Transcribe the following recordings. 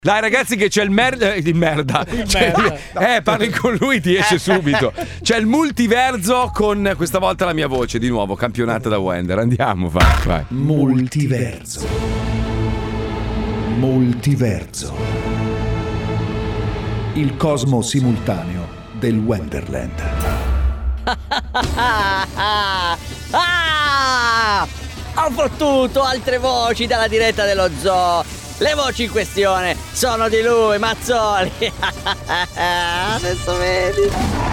Dai ragazzi che c'è il merda. Parli con lui, ti esce subito. C'è il multiverso con questa volta la mia voce di nuovo, campionata da Wender. Andiamo, vai. Multiverso. Il cosmo simultaneo del Wonderland. Ho fottuto altre voci dalla diretta dello zoo. Le voci in questione sono di lui, Mazzoli. Adesso vedi.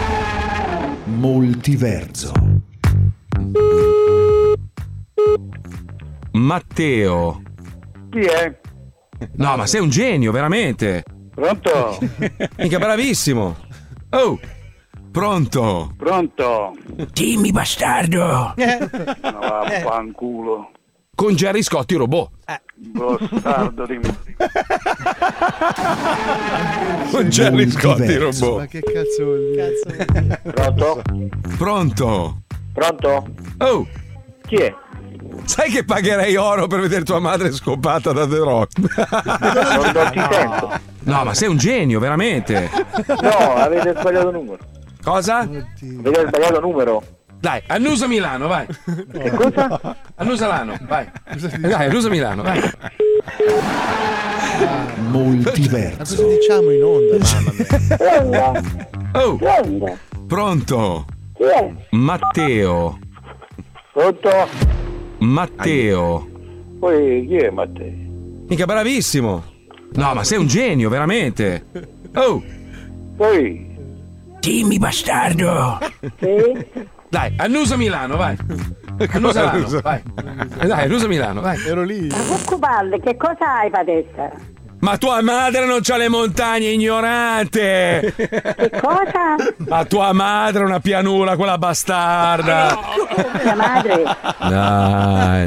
Multiverso. Matteo. Chi è? No, ma sei un genio, veramente. Pronto? Mica bravissimo. Oh, pronto. Dimmi, bastardo. No, fanculo. Con Gerry Scotti robot. Bastardo di me. Con Gerry Scotti robot. Ma che cazzo vuol dire? Pronto? Pronto? Oh, Chi è? sai che pagherei oro per vedere tua madre scopata da The Rock? Non ti sento. No, ma sei un genio, veramente. No, avete sbagliato numero. Cosa? Avete sbagliato numero. Dai, Annusa Milano, vai. Che cosa? Annusa Milano, vai. Dai, Annusa Milano, vai. Multiverso. Ma cosa diciamo in onda? Mamma mia. Oh, pronto? Chi è? Matteo. Pronto? Matteo. Poi chi è Matteo? Mica bravissimo. No, ma sei un genio, veramente. Oh, Poi? Dimmi, bastardo. Sì? dai, Annusa Milano, vai. Annusa Milano, vai. Dai, Annusa Milano, vai. Ero lì. Ma Cuccupalle, che cosa hai, Padessa? Ma tua madre non c'ha le montagne, ignorante! Che cosa? Ma tua madre è una pianura, quella bastarda! Mia madre? Dai.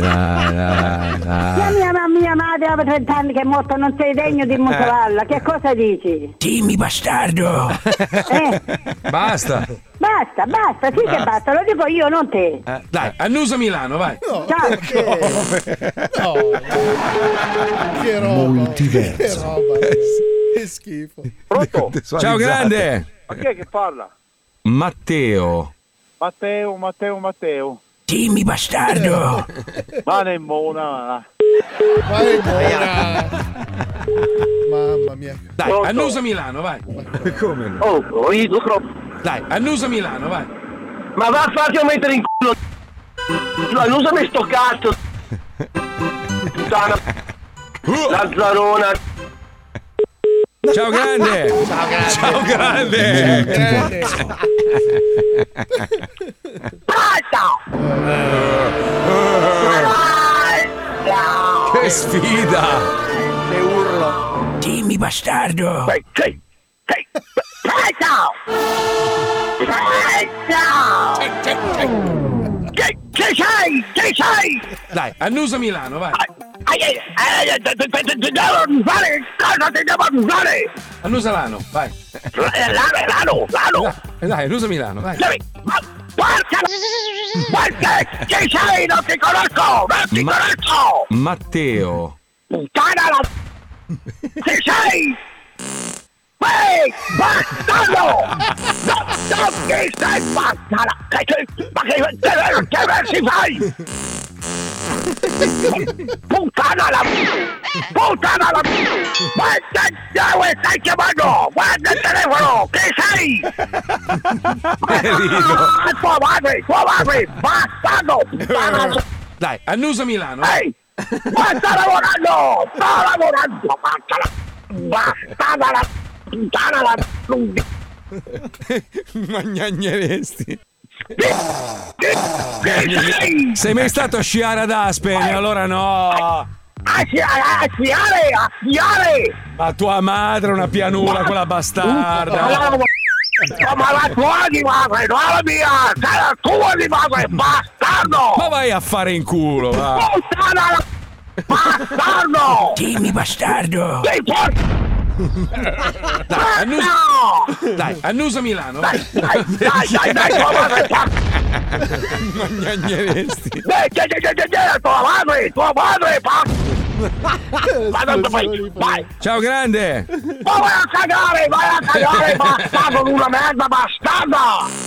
Mia madre aveva 30 anni che è morta, non sei degno di mutovarla. Che cosa dici? Dimmi, bastardo. Basta! Basta, sì che basta, lo dico io, non te. Dai, Annusa Milano, vai! Ciao. No. Che roba. Multiverso. Che roba. Che schifo. Pronto? Ciao grande! Ma chi è che parla? Matteo! Matteo. Dimmi, bastardo. Ma ne mona. Vai buona. Mamma mia. Dai, Pronto? Annusa Milano, vai! Come no? Oh, ho idolo. Dai, Annusa Milano, vai! Ma va a farti mettere in culo. No, non usami sto cazzo. Puttana. Lazzarona. Ciao grande! Ciao grande! Che sfida! Che urlo. Dimmi, bastardo. Sei. Che sei? Dai, Annusa Milano, vai! Cosa ti devo usare? Annusa Lano, vai! Lano. Dai, Annusa Milano, vai! Guarda, chi sei? Non ti conosco! Matteo! Puttana la... Chi sei? Ehi, bastardo! No, chi sei, bastardo? Ma che versi fai? Puttana la... Guarda, dove stai chiamando? Guarda il telefono! Chi sei? Tua madre! Bastardo! Dai, Annusa Milano! Ehi! Ma sta lavorando! Bastarda la... Puttana la... Magnagneresti! Chi sei? Sei mai stato a sciare ad Aspen? Allora no! A sciare! Ma tua madre è una pianura, quella bastarda! Ma la tua di madre, non la mia! Sei la tua di madre, bastardo! Ma vai a fare in culo, va! Puttana la... Bastardo! Dimmi, bastardo. Sei forte! Dai, Annusa Milano, vai! Dai, tua madre! Magnagneresti! Tua madre! Ma tanto vai. Ciao grande. Ma vai a cagare, bastardo, una merda, bastardo!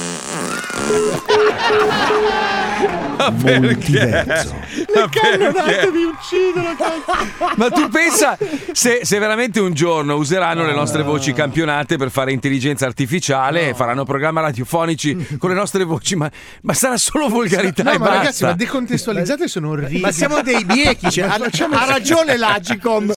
Multiverso. Le cannonate mi uccidono. Ma tu pensa se veramente un giorno useranno le nostre voci campionate per fare intelligenza artificiale e faranno programmi radiofonici con le nostre voci, ma sarà solo volgarità e No, ma basta. ragazzi, ma decontestualizzate sono orribili. Ma siamo dei biechi, cioè, ha ragione l'Agicom.